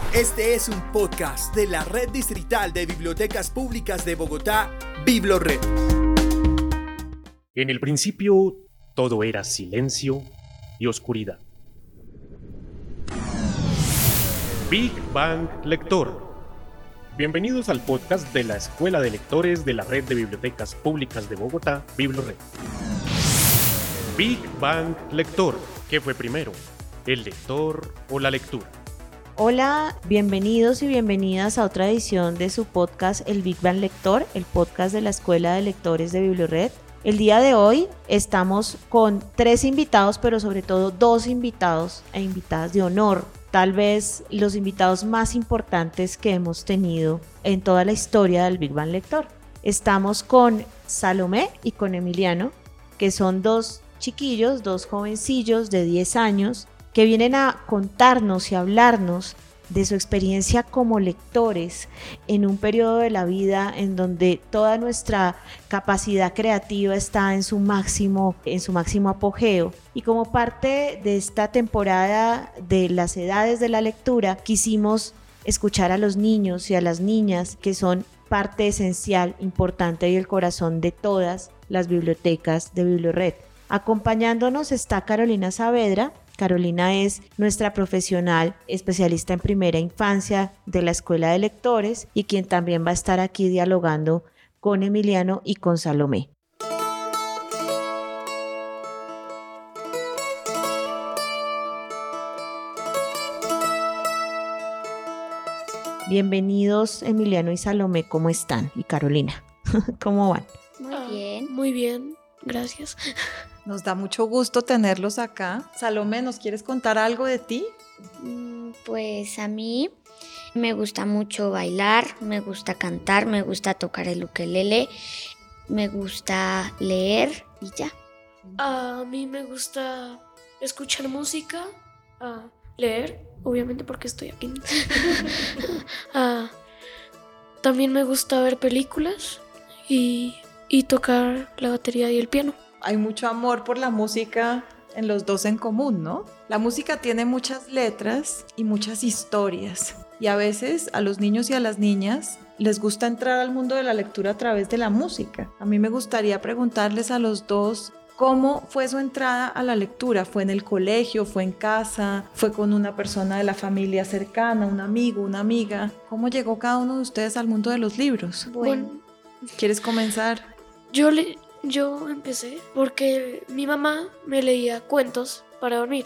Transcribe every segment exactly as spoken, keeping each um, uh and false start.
Este es un podcast de la Red Distrital de Bibliotecas Públicas de Bogotá, BibloRed. En el principio, todo era silencio y oscuridad. Big Bang Lector. Bienvenidos al podcast de la Escuela de Lectores de la Red de Bibliotecas Públicas de Bogotá, BibloRed. Big Bang Lector. ¿Qué fue primero, el lector o la lectura? Hola, bienvenidos y bienvenidas a otra edición de su podcast El Big Bang Lector, el podcast de la Escuela de Lectores de BibloRed. El día de hoy estamos con tres invitados, pero sobre todo dos invitados e invitadas de honor. Tal vez los invitados más importantes que hemos tenido en toda la historia del Big Bang Lector. Estamos con Salomé y con Emiliano, que son dos chiquillos, dos jovencillos de diez años, que vienen a contarnos y hablarnos de su experiencia como lectores en un periodo de la vida en donde toda nuestra capacidad creativa está en su máximo, en su máximo apogeo. Y como parte de esta temporada de las edades de la lectura, quisimos escuchar a los niños y a las niñas, que son parte esencial, importante y el corazón de todas las bibliotecas de BibloRed. Acompañándonos está Carolina Saavedra. Carolina es nuestra profesional especialista en primera infancia de la Escuela de Lectores y quien también va a estar aquí dialogando con Emiliano y con Salomé. Bienvenidos Emiliano y Salomé, ¿cómo están? Y Carolina, ¿cómo van? Muy bien. Uh, muy bien, gracias. Nos da mucho gusto tenerlos acá. Salomé, ¿nos quieres contar algo de ti? Pues a mí me gusta mucho bailar, me gusta cantar, me gusta tocar el ukelele, me gusta leer y ya. A mí me gusta escuchar música, uh, leer, obviamente porque estoy aquí. uh, también me gusta ver películas y, y tocar la batería y el piano. Hay mucho amor por la música en los dos en común, ¿no? La música tiene muchas letras y muchas historias. Y a veces a los niños y a las niñas les gusta entrar al mundo de la lectura a través de la música. A mí me gustaría preguntarles a los dos cómo fue su entrada a la lectura. ¿Fue en el colegio? ¿Fue en casa? ¿Fue con una persona de la familia cercana? ¿Un amigo? ¿Una amiga? ¿Cómo llegó cada uno de ustedes al mundo de los libros? Bueno, ¿Quieres comenzar? Yo le... Yo empecé porque mi mamá me leía cuentos para dormir,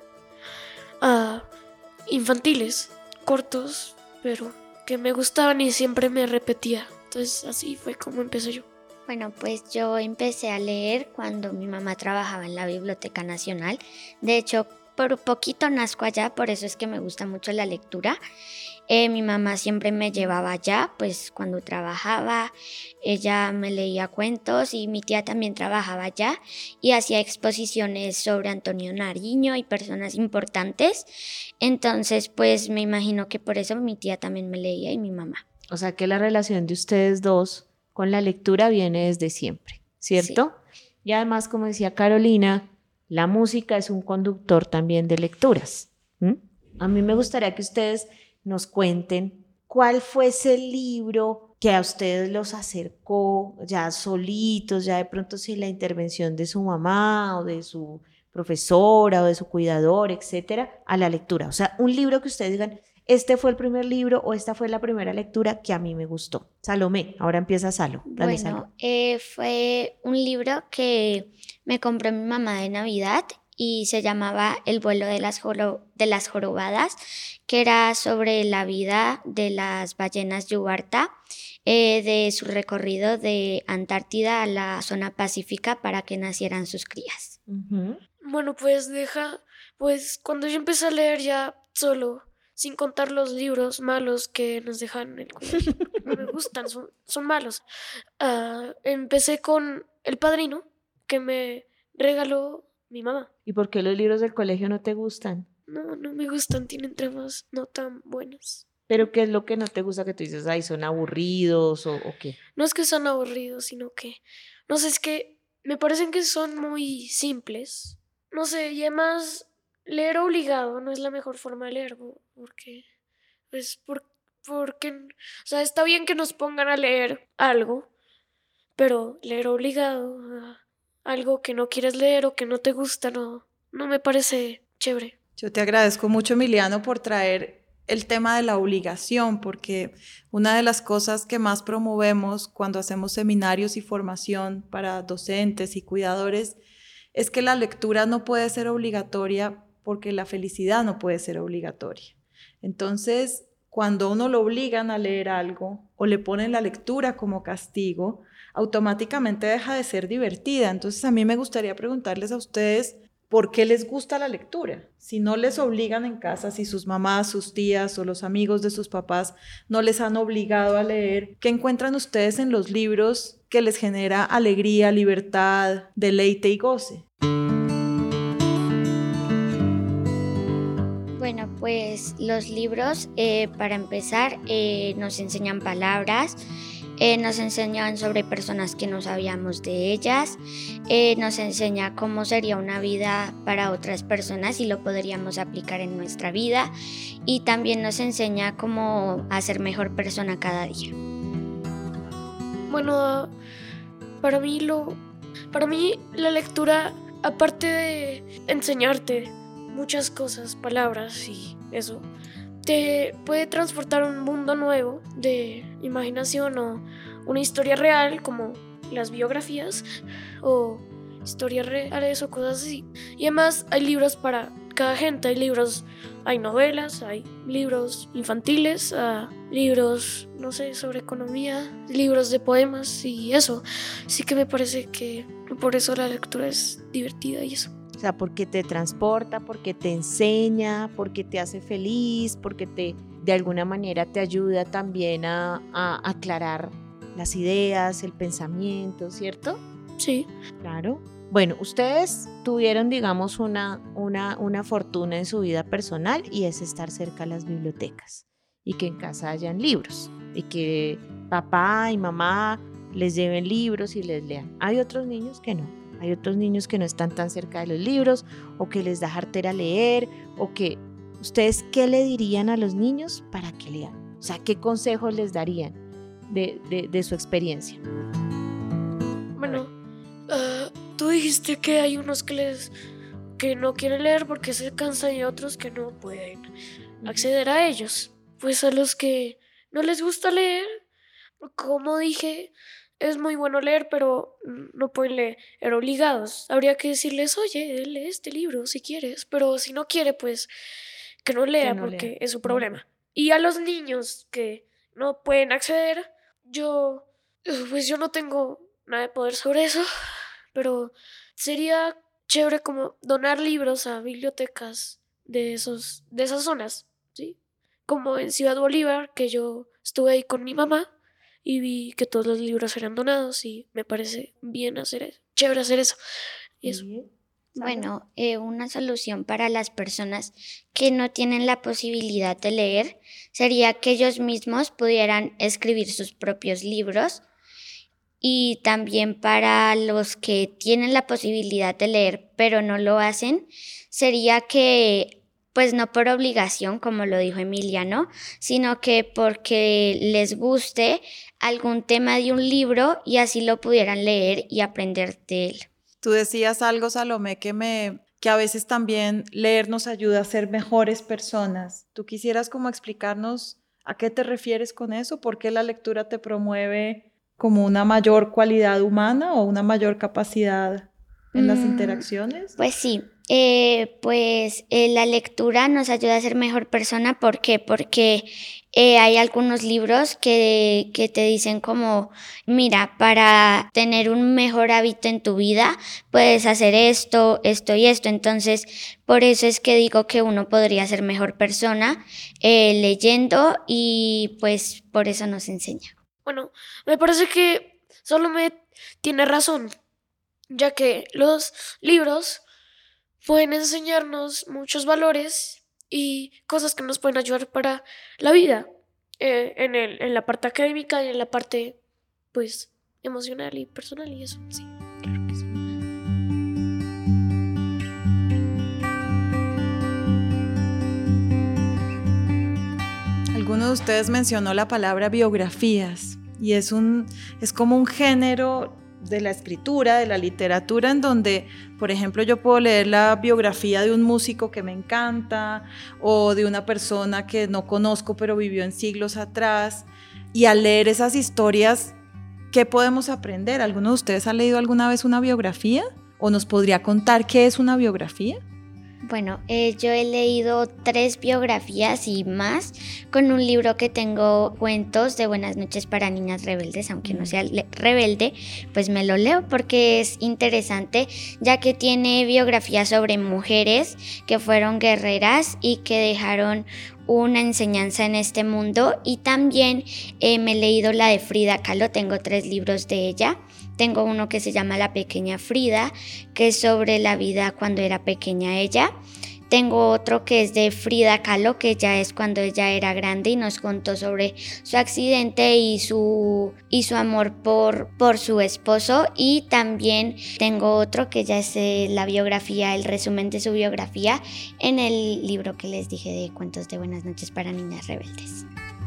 uh, infantiles, cortos, pero que me gustaban y siempre me repetía. Entonces así fue como empecé yo. Bueno, pues yo empecé a leer cuando mi mamá trabajaba en la Biblioteca Nacional. De hecho, por poquito nazco allá, por eso es que me gusta mucho la lectura. Eh, mi mamá siempre me llevaba allá, pues cuando trabajaba, ella me leía cuentos y mi tía también trabajaba allá y hacía exposiciones sobre Antonio Nariño y personas importantes. Entonces, pues me imagino que por eso mi tía también me leía y mi mamá. O sea que la relación de ustedes dos con la lectura viene desde siempre, ¿cierto? Sí. Y además, como decía Carolina, la música es un conductor también de lecturas. ¿Mm? A mí me gustaría que ustedes nos cuenten cuál fue ese libro que a ustedes los acercó ya solitos, ya de pronto sin la intervención de su mamá o de su profesora o de su cuidador, etcétera, a la lectura. O sea, un libro que ustedes digan, este fue el primer libro o esta fue la primera lectura que a mí me gustó. Salomé, ahora empieza Salo. Dale, bueno, Salo. Eh, fue un libro que me compró mi mamá de Navidad y se llamaba El vuelo de las, joro- de las jorobadas, que era sobre la vida de las ballenas yubarta, eh, de su recorrido de Antártida a la zona pacífica para que nacieran sus crías. Uh-huh. Bueno, pues deja, pues cuando yo empecé a leer ya solo, sin contar los libros malos que nos dejan en el colegio, no me gustan, son, son malos. Uh, empecé con El Padrino, que me regaló mi mamá. ¿Y por qué los libros del colegio no te gustan? No, no me gustan, tienen tramas no tan buenas. ¿Pero qué es lo que no te gusta que tú dices, ay, son aburridos o, o qué? No es que son aburridos, sino que, no sé, es que me parecen que son muy simples. No sé, y además leer obligado no es la mejor forma de leer, porque Pues por, porque, o sea, está bien que nos pongan a leer algo, pero leer obligado a algo que no quieres leer o que no te gusta, no, no me parece chévere. Yo te agradezco mucho, Emiliano, por traer el tema de la obligación, porque una de las cosas que más promovemos cuando hacemos seminarios y formación para docentes y cuidadores es que la lectura no puede ser obligatoria porque la felicidad no puede ser obligatoria. Entonces, cuando uno lo obligan a leer algo o le ponen la lectura como castigo, automáticamente deja de ser divertida. Entonces, a mí me gustaría preguntarles a ustedes, ¿por qué les gusta la lectura? Si no les obligan en casa, si sus mamás, sus tías o los amigos de sus papás no les han obligado a leer, ¿qué encuentran ustedes en los libros que les genera alegría, libertad, deleite y goce? Bueno, pues los libros, eh, para empezar, eh, nos enseñan palabras, eh, nos enseñan sobre personas que no sabíamos de ellas, eh, nos enseña cómo sería una vida para otras personas y lo podríamos aplicar en nuestra vida, y también nos enseña cómo hacer mejor persona cada día. Bueno, para mí, lo, para mí la lectura, aparte de enseñarte muchas cosas, palabras y eso, te puede transportar a un mundo nuevo de imaginación o una historia real, como las biografías o historias reales o cosas así. Y además hay libros para cada gente, hay libros, hay novelas, hay libros infantiles, uh, libros, no sé, sobre economía, libros de poemas y eso. Así que me parece que por eso la lectura es divertida y eso. O sea, porque te transporta, porque te enseña, porque te hace feliz, porque te, de alguna manera te ayuda también a, a aclarar las ideas, el pensamiento, ¿cierto? Sí. Claro. Bueno, ustedes tuvieron, digamos, una, una, una fortuna en su vida personal, y es estar cerca de las bibliotecas y que en casa hayan libros y que papá y mamá les lleven libros y les lean. Hay otros niños que no. Hay otros niños que no están tan cerca de los libros, o que les da jartera leer, o que... ¿Ustedes qué le dirían a los niños para que lean? O sea, ¿qué consejos les darían de, de, de su experiencia? Bueno, uh, tú dijiste que hay unos que les que no quieren leer porque se cansan y otros que no pueden acceder a ellos. Pues a los que no les gusta leer, como dije, es muy bueno leer, pero no pueden leer obligados. Habría que decirles, oye, lee este libro si quieres, pero si no quiere, pues que no lea, que no porque lea. Es su problema. No. Y a los niños que no pueden acceder, yo, pues yo no tengo nada de poder sobre eso, pero sería chévere como donar libros a bibliotecas de, esos, de esas zonas, ¿sí? Como en Ciudad Bolívar, que yo estuve ahí con mi mamá y vi que todos los libros eran donados, y me parece bien hacer eso, chévere hacer eso. Y eso. Bueno, eh, una solución para las personas que no tienen la posibilidad de leer sería que ellos mismos pudieran escribir sus propios libros, y también para los que tienen la posibilidad de leer pero no lo hacen, sería que, pues no por obligación, como lo dijo Emiliano, sino que porque les guste algún tema de un libro y así lo pudieran leer y aprender de él. Tú decías algo, Salomé, que, me, que a veces también leer nos ayuda a ser mejores personas. ¿Tú quisieras como explicarnos a qué te refieres con eso? ¿Por qué la lectura te promueve como una mayor cualidad humana o una mayor capacidad en mm, las interacciones? Pues sí. Eh, pues eh, la lectura nos ayuda a ser mejor persona. ¿Por qué? Porque eh, hay algunos libros que, que te dicen como, mira, para tener un mejor hábito en tu vida puedes hacer esto, esto y esto. Entonces, por eso es que digo que uno podría ser mejor persona eh, leyendo, y pues por eso nos enseña. Bueno, me parece que Salomé tiene razón, ya que los libros pueden enseñarnos muchos valores y cosas que nos pueden ayudar para la vida, eh, en, el, en la parte académica y en la parte, pues, emocional y personal y eso, sí, claro que sí. Alguno de ustedes mencionó la palabra biografías y es, un, es como un género de la escritura, de la literatura, en donde, por ejemplo, yo puedo leer la biografía de un músico que me encanta o de una persona que no conozco pero vivió en siglos atrás, y al leer esas historias, ¿qué podemos aprender? ¿Alguno de ustedes ha leído alguna vez una biografía? ¿O nos podría contar qué es una biografía? Bueno, eh, yo he leído tres biografías y más con un libro que tengo, Cuentos de Buenas Noches para Niñas Rebeldes, aunque no sea le- rebelde, pues me lo leo porque es interesante, ya que tiene biografías sobre mujeres que fueron guerreras y que dejaron una enseñanza en este mundo. Y también eh, me he leído la de Frida Kahlo, tengo tres libros de ella. Tengo uno que se llama La Pequeña Frida, que es sobre la vida cuando era pequeña ella. Tengo otro que es de Frida Kahlo, que ya es cuando ella era grande y nos contó sobre su accidente y su, y su amor por, por su esposo. Y también tengo otro que ya es eh, la biografía, el resumen de su biografía en el libro que les dije de Cuentos de Buenas Noches para Niñas Rebeldes.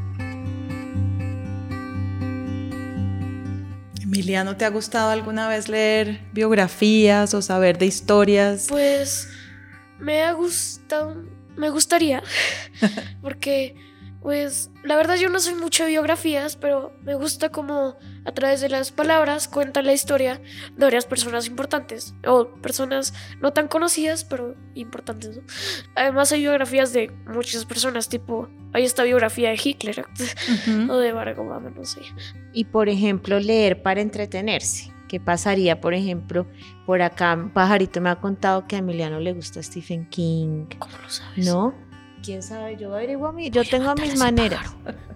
Emiliano, ¿te ha gustado alguna vez leer biografías o saber de historias? Pues me ha gustado, me gustaría, porque pues la verdad yo no soy mucho de biografías, pero me gusta como a través de las palabras cuenta la historia de varias personas importantes, o personas no tan conocidas, pero importantes, ¿no? Además hay biografías de muchas personas, tipo, hay esta biografía de Hitler, uh-huh. o de Barack Obama, no sé. Y por ejemplo, leer para entretenerse. ¿Qué pasaría, por ejemplo, por acá Pajarito me ha contado que a Emiliano le gusta Stephen King? ¿Cómo lo sabes? ¿No? ¿Quién sabe? Yo averiguo a mí, yo tengo mis maneras.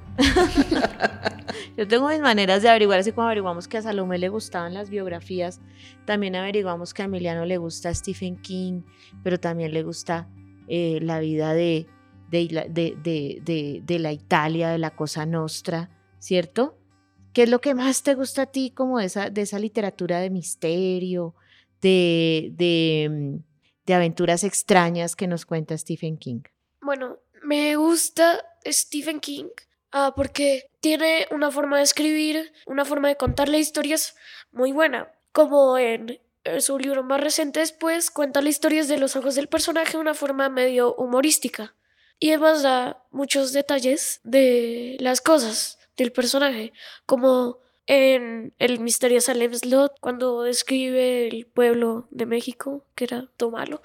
Yo tengo mis maneras de averiguar, así como averiguamos que a Salomé le gustaban las biografías, también averiguamos que a Emiliano le gusta Stephen King, pero también le gusta eh, la vida de, de, de, de, de, de la Italia, de la Cosa Nostra, ¿cierto? ¿Qué es lo que más te gusta a ti como de esa, de esa literatura de misterio, de, de, de aventuras extrañas que nos cuenta Stephen King? Bueno, me gusta Stephen King uh, porque tiene una forma de escribir, una forma de contar las historias muy buena. Como en, en su libro más reciente después, cuenta las historias de los ojos del personaje de una forma medio humorística. Y además da muchos detalles de las cosas del personaje, como en El Misterio de Salem Slot, cuando describe el pueblo de México, que era todo malo,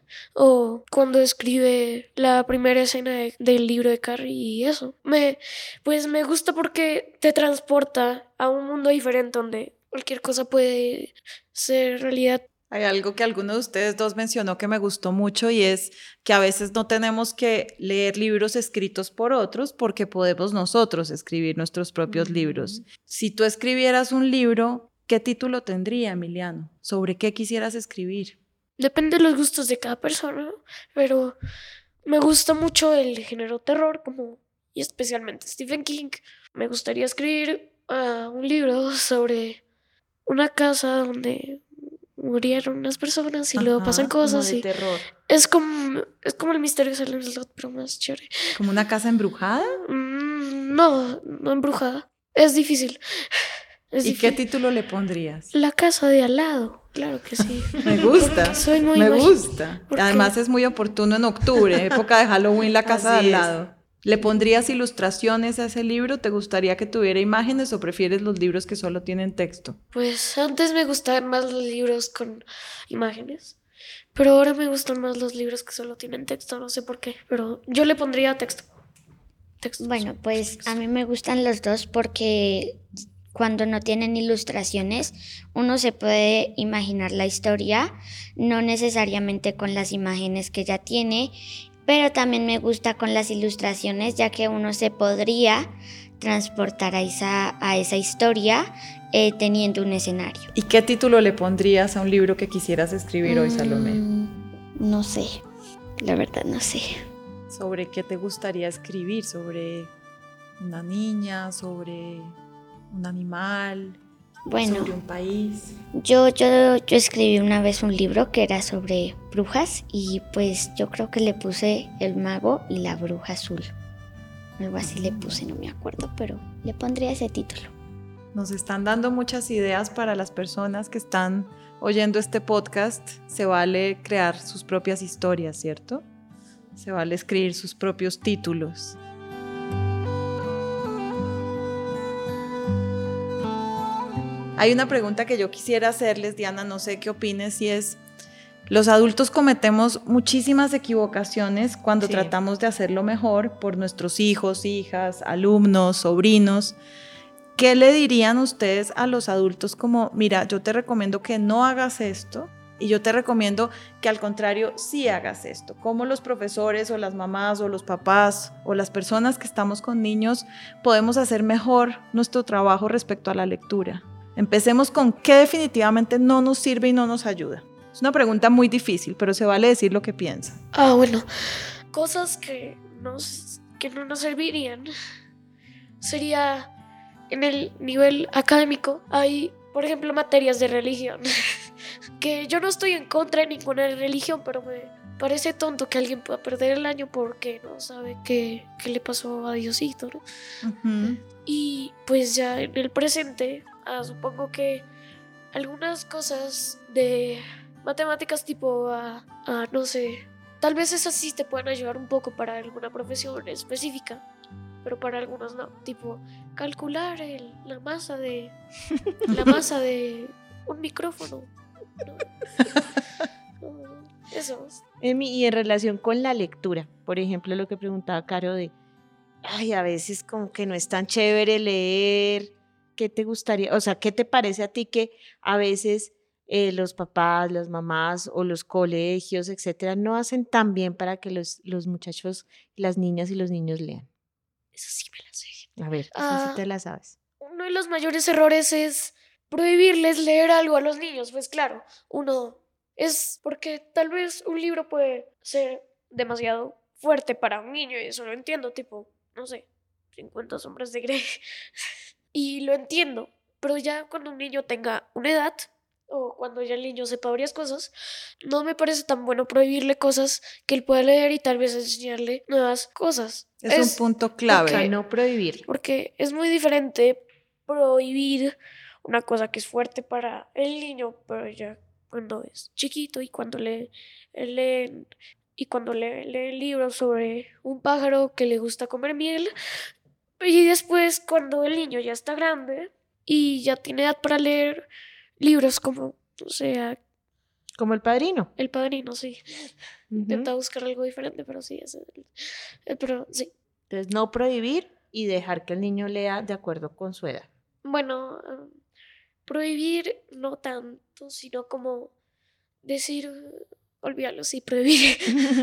o cuando describe la primera escena de, del libro de Carrie y eso. Me, pues me gusta porque te transporta a un mundo diferente donde cualquier cosa puede ser realidad. Hay algo que alguno de ustedes dos mencionó que me gustó mucho y es que a veces no tenemos que leer libros escritos por otros porque podemos nosotros escribir nuestros propios mm. libros. Si tú escribieras un libro, ¿qué título tendría, Emiliano? ¿Sobre qué quisieras escribir? Depende de los gustos de cada persona, pero me gusta mucho el género terror, como, y especialmente Stephen King. Me gustaría escribir uh, un libro sobre una casa donde murieron unas personas y Ajá, luego pasan cosas. Como de y terror. Es como, es como el misterio de Salem Slot, pero más chévere. ¿Como una casa embrujada? Mm, no, no embrujada. Es difícil. Es ¿Y difícil. qué título le pondrías? La casa de al lado. Claro que sí. Me gusta. Soy muy me mágica. gusta. Además es muy oportuno en octubre, época de Halloween, la casa Así de al lado. Es. ¿Le pondrías ilustraciones a ese libro? ¿Te gustaría que tuviera imágenes o prefieres los libros que solo tienen texto? Pues antes me gustaban más los libros con imágenes, pero ahora me gustan más los libros que solo tienen texto, no sé por qué, pero yo le pondría texto. Textos. Bueno, pues a mí me gustan los dos porque cuando no tienen ilustraciones, uno se puede imaginar la historia, no necesariamente con las imágenes que ya tiene, pero también me gusta con las ilustraciones, ya que uno se podría transportar a esa, a esa historia eh, teniendo un escenario. ¿Y qué título le pondrías a un libro que quisieras escribir mm, hoy, Salomé? No sé, la verdad no sé. ¿Sobre qué te gustaría escribir? ¿Sobre una niña? ¿Sobre un animal? Bueno, ¿sobre un país? Yo, yo, yo escribí una vez un libro que era sobre brujas y pues yo creo que le puse El mago y la bruja azul. Algo así le puse, no me acuerdo, pero le pondría ese título. Nos están dando muchas ideas para las personas que están oyendo este podcast. Se vale crear sus propias historias, ¿cierto? Se vale escribir sus propios títulos. Hay una pregunta que yo quisiera hacerles, Diana, no sé qué opines, y es: los adultos cometemos muchísimas equivocaciones cuando sí. tratamos de hacerlo mejor por nuestros hijos, hijas, alumnos, sobrinos. ¿Qué le dirían ustedes a los adultos como, mira, yo te recomiendo que no hagas esto y yo te recomiendo que al contrario sí hagas esto? ¿Cómo los profesores o las mamás o los papás o las personas que estamos con niños podemos hacer mejor nuestro trabajo respecto a la lectura? Empecemos con qué definitivamente no nos sirve y no nos ayuda. Es una pregunta muy difícil, pero se vale decir lo que piensa. Ah, bueno, cosas que, nos, que no nos servirían sería en el nivel académico. Hay, por ejemplo, materias de religión, que yo no estoy en contra de ninguna religión, pero me parece tonto que alguien pueda perder el año porque no sabe qué, qué le pasó a Diosito, ¿no? Uh-huh. Y pues ya en el presente, ah, supongo que algunas cosas de matemáticas tipo, uh, uh, no sé, tal vez esas sí te pueden ayudar un poco para alguna profesión específica, pero para algunos no, tipo calcular el, la masa de la masa de un micrófono, ¿no? Eso. Emi, y en relación con la lectura, por ejemplo, lo que preguntaba Caro de, ay, a veces como que no es tan chévere leer. ¿Qué te gustaría, o sea, qué te parece a ti que a veces eh, los papás, las mamás o los colegios, etcétera, no hacen tan bien para que los, los muchachos, las niñas y los niños lean? Eso sí me la sé. A ver, ah, eso sí te la sabes. Uno de los mayores errores es prohibirles leer algo a los niños. Pues claro, uno es porque tal vez un libro puede ser demasiado fuerte para un niño y eso lo entiendo, tipo, no sé, cincuenta sombras de Grey. Y lo entiendo, pero ya cuando un niño tenga una edad o cuando ya el niño sepa varias cosas, no me parece tan bueno prohibirle cosas que él pueda leer y tal vez enseñarle nuevas cosas. Es, es un punto clave. Porque, no prohibir. Porque es muy diferente prohibir una cosa que es fuerte para el niño, pero ya cuando es chiquito y cuando le leen y cuando le leen libros sobre un pájaro que le gusta comer miel. Y después, cuando el niño ya está grande y ya tiene edad para leer libros como, o sea... Como El Padrino. El Padrino, sí. Uh-huh. Intenta buscar algo diferente, pero sí. Es el, pero sí. Entonces, no prohibir y dejar que el niño lea de acuerdo con su edad. Bueno, um, prohibir no tanto, sino como decir, olvídalo, sí, prohibir.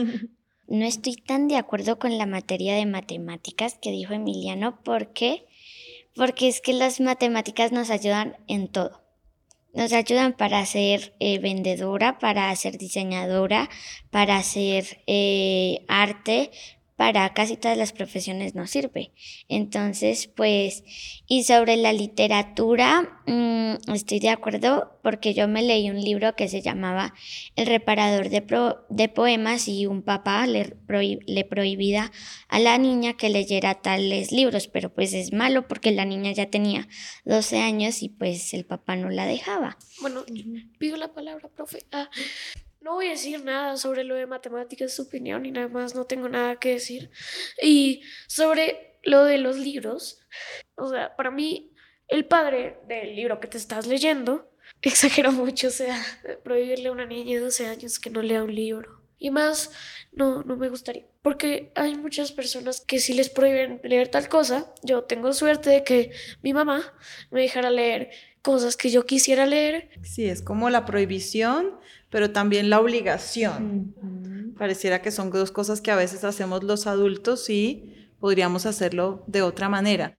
No estoy tan de acuerdo con la materia de matemáticas que dijo Emiliano. ¿Por qué? Porque es que las matemáticas nos ayudan en todo. Nos ayudan para ser eh, vendedora, para ser diseñadora, para hacer eh, arte. Para casi todas las profesiones nos sirve. Entonces, pues, y sobre la literatura, mmm, estoy de acuerdo porque yo me leí un libro que se llamaba El reparador de, pro, de poemas y un papá le, prohib, le prohibía a la niña que leyera tales libros, pero pues es malo porque la niña ya tenía doce años y pues el papá no la dejaba. Bueno, pido la palabra, profe. Ah. No voy a decir nada sobre lo de matemáticas, su opinión y nada más, no tengo nada que decir. Y sobre lo de los libros, o sea, para mí, el padre del libro que te estás leyendo exageró mucho, o sea, prohibirle a una niña de doce años que no lea un libro. Y más, no, no me gustaría, porque hay muchas personas que sí les prohíben leer tal cosa. Yo tengo suerte de que mi mamá me dejara leer cosas que yo quisiera leer. Sí, es como la prohibición, pero también la obligación. Uh-huh. Pareciera que son dos cosas que a veces hacemos los adultos y podríamos hacerlo de otra manera.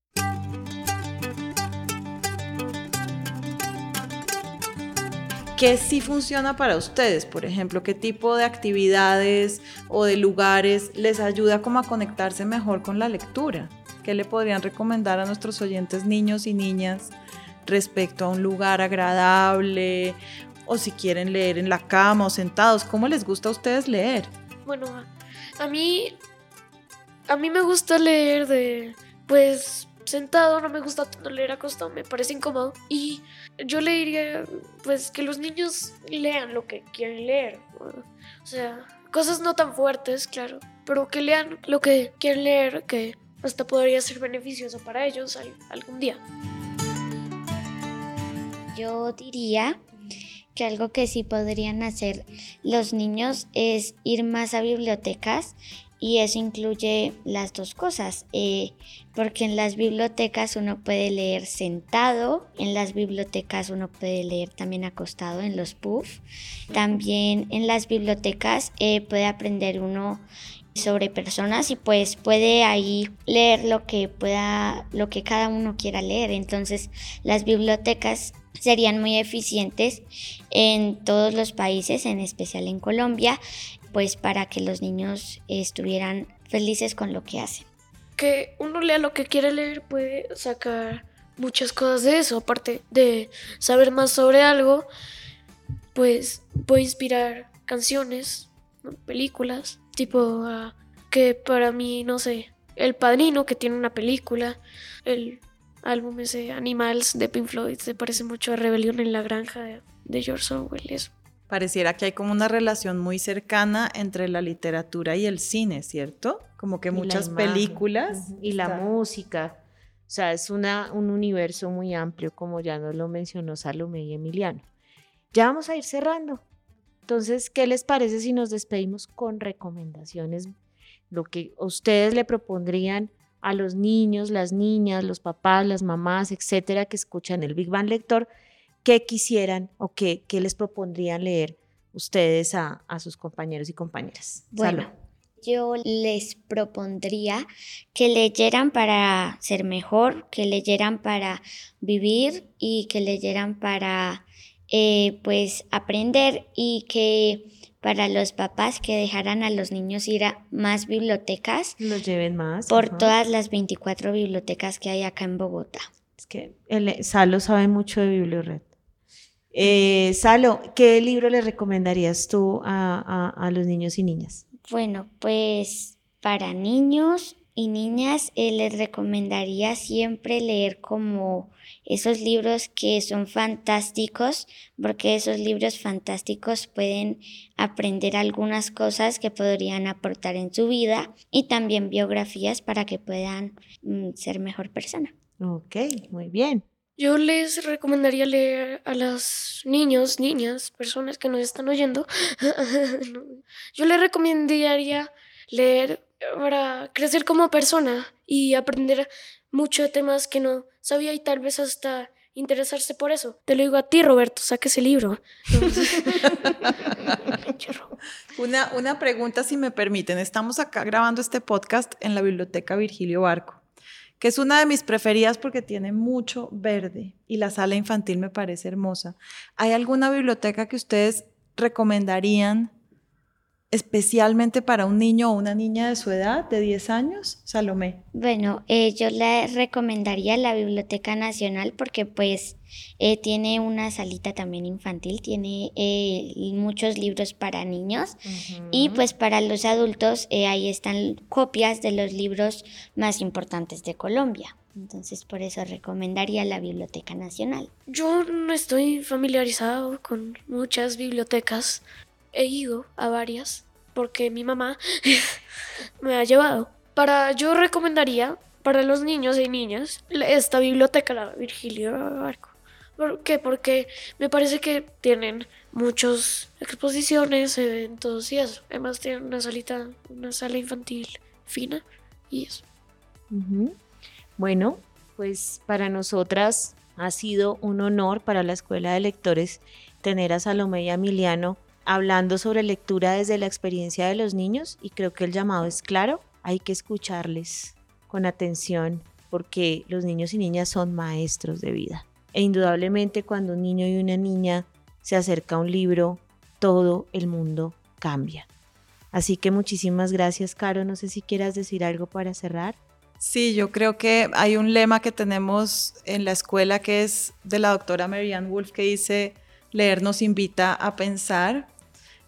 ¿Qué sí funciona para ustedes? Por ejemplo, ¿qué tipo de actividades o de lugares les ayuda como a conectarse mejor con la lectura? ¿Qué le podrían recomendar a nuestros oyentes niños y niñas respecto a un lugar agradable, o si quieren leer en la cama o sentados? ¿Cómo les gusta a ustedes leer? Bueno, a mí a mí me gusta leer de, pues, sentado, no me gusta tanto leer acostado, me parece incómodo. Y yo le diría, pues, que los niños lean lo que quieren leer. O sea, cosas no tan fuertes, claro, pero que lean lo que quieren leer, que hasta podría ser beneficioso para ellos algún día. Yo diría que algo que sí podrían hacer los niños es ir más a bibliotecas, y eso incluye las dos cosas, eh, porque en las bibliotecas uno puede leer sentado, en las bibliotecas uno puede leer también acostado en los puffs, también en las bibliotecas eh, puede aprender uno sobre personas y pues puede ahí leer lo que pueda, lo que cada uno quiera leer. Entonces las bibliotecas serían muy eficientes en todos los países, en especial en Colombia, pues para que los niños estuvieran felices con lo que hacen. Que uno lea lo que quiere leer puede sacar muchas cosas de eso, aparte de saber más sobre algo, pues puede inspirar canciones, ¿no? Películas, tipo uh, que para mí, no sé, El Padrino, que tiene una película, el álbum ese Animals de Pink Floyd se parece mucho a Rebelión en la Granja de, de George Orwell y eso. Pareciera que hay como una relación muy cercana entre la literatura y el cine, ¿cierto? Como que Y muchas la imagen, películas. uh-huh, y la está... música. O sea, es una, un universo muy amplio, como ya nos lo mencionó Salomé y Emiliano. Ya vamos a ir cerrando. Entonces, ¿qué les parece si nos despedimos con recomendaciones? Lo que ustedes le propondrían a los niños, las niñas, los papás, las mamás, etcétera, que escuchan el Big Bang Lector, ¿qué quisieran o qué, qué les propondrían leer ustedes a, a sus compañeros y compañeras? Bueno, Salud. Yo les propondría que leyeran para ser mejor, que leyeran para vivir y que leyeran para eh, pues aprender, y que para los papás que dejaran a los niños ir a más bibliotecas. Los lleven más. Por ajá. todas las veinticuatro bibliotecas que hay acá en Bogotá. Es que el, Salo sabe mucho de Bibliored. Eh, Salo, ¿qué libro le recomendarías tú a, a, a los niños y niñas? Bueno, pues para niños y niñas eh, les recomendaría siempre leer como esos libros que son fantásticos, porque esos libros fantásticos pueden aprender algunas cosas que podrían aportar en su vida, y también biografías para que puedan mm, ser mejor persona. Ok, muy bien. Yo les recomendaría leer a los niños, niñas, personas que nos están oyendo. Yo les recomendaría leer para crecer como persona y aprender mucho de temas que no sabía, y tal vez hasta interesarse por eso. Te lo digo a ti, Roberto, saque ese libro. una, una pregunta, si me permiten. Estamos acá grabando este podcast en la Biblioteca Virgilio Barco, que es una de mis preferidas porque tiene mucho verde y la sala infantil me parece hermosa. ¿Hay alguna biblioteca que ustedes recomendarían especialmente para un niño o una niña de su edad, de diez años? Salomé. Bueno, eh, yo le recomendaría la Biblioteca Nacional, porque pues eh, tiene una salita también infantil, tiene eh, muchos libros para niños, uh-huh. y pues para los adultos eh, ahí están copias de los libros más importantes de Colombia. Entonces por eso recomendaría la Biblioteca Nacional. Yo no estoy familiarizado con muchas bibliotecas. He ido a varias porque mi mamá me ha llevado. Para, yo recomendaría para los niños y niñas esta biblioteca, la Virgilio Barco. ¿Por qué? Porque me parece que tienen muchas exposiciones, eventos y eso. Además tienen una salita, una sala infantil fina y eso. Uh-huh. Bueno, pues para nosotras ha sido un honor, para la Escuela de Lectores, tener a Salomé y a Emiliano hablando sobre lectura desde la experiencia de los niños, y creo que el llamado es claro, hay que escucharles con atención porque los niños y niñas son maestros de vida, e indudablemente cuando un niño y una niña se acerca a un libro, todo el mundo cambia. Así que muchísimas gracias, Caro, no sé si quieras decir algo para cerrar. Sí, yo creo que hay un lema que tenemos en la escuela que es de la doctora Marianne Wolf, que dice: leer nos invita a pensar.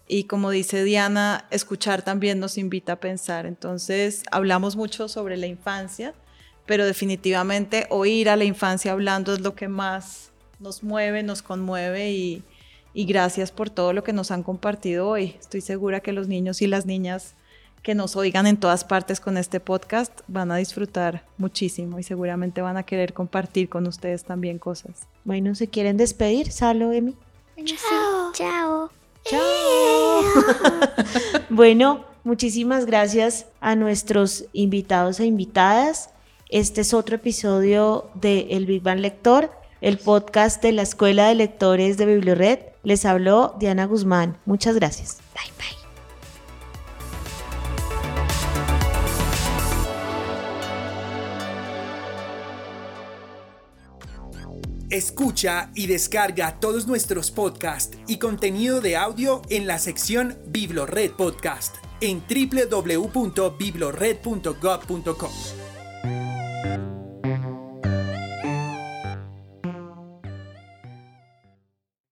Y como dice Diana, escuchar también nos invita a pensar. Entonces, hablamos mucho sobre la infancia, pero definitivamente oír a la infancia hablando es lo que más nos mueve, nos conmueve y, y gracias por todo lo que nos han compartido hoy. Estoy segura que los niños y las niñas que nos oigan en todas partes con este podcast van a disfrutar muchísimo y seguramente van a querer compartir con ustedes también cosas. Bueno, ¿se quieren despedir? Salo, Emi. Chao. Chao. Chao. Bueno, muchísimas gracias a nuestros invitados e invitadas. Este es otro episodio de El Big Bang Lector, el podcast de la Escuela de Lectores de Bibliored. Les habló Diana Guzmán. Muchas gracias. Bye, bye. Escucha y descarga todos nuestros podcasts y contenido de audio en la sección Bibliored Podcast en doble u doble u doble u punto bibliored punto gov punto co.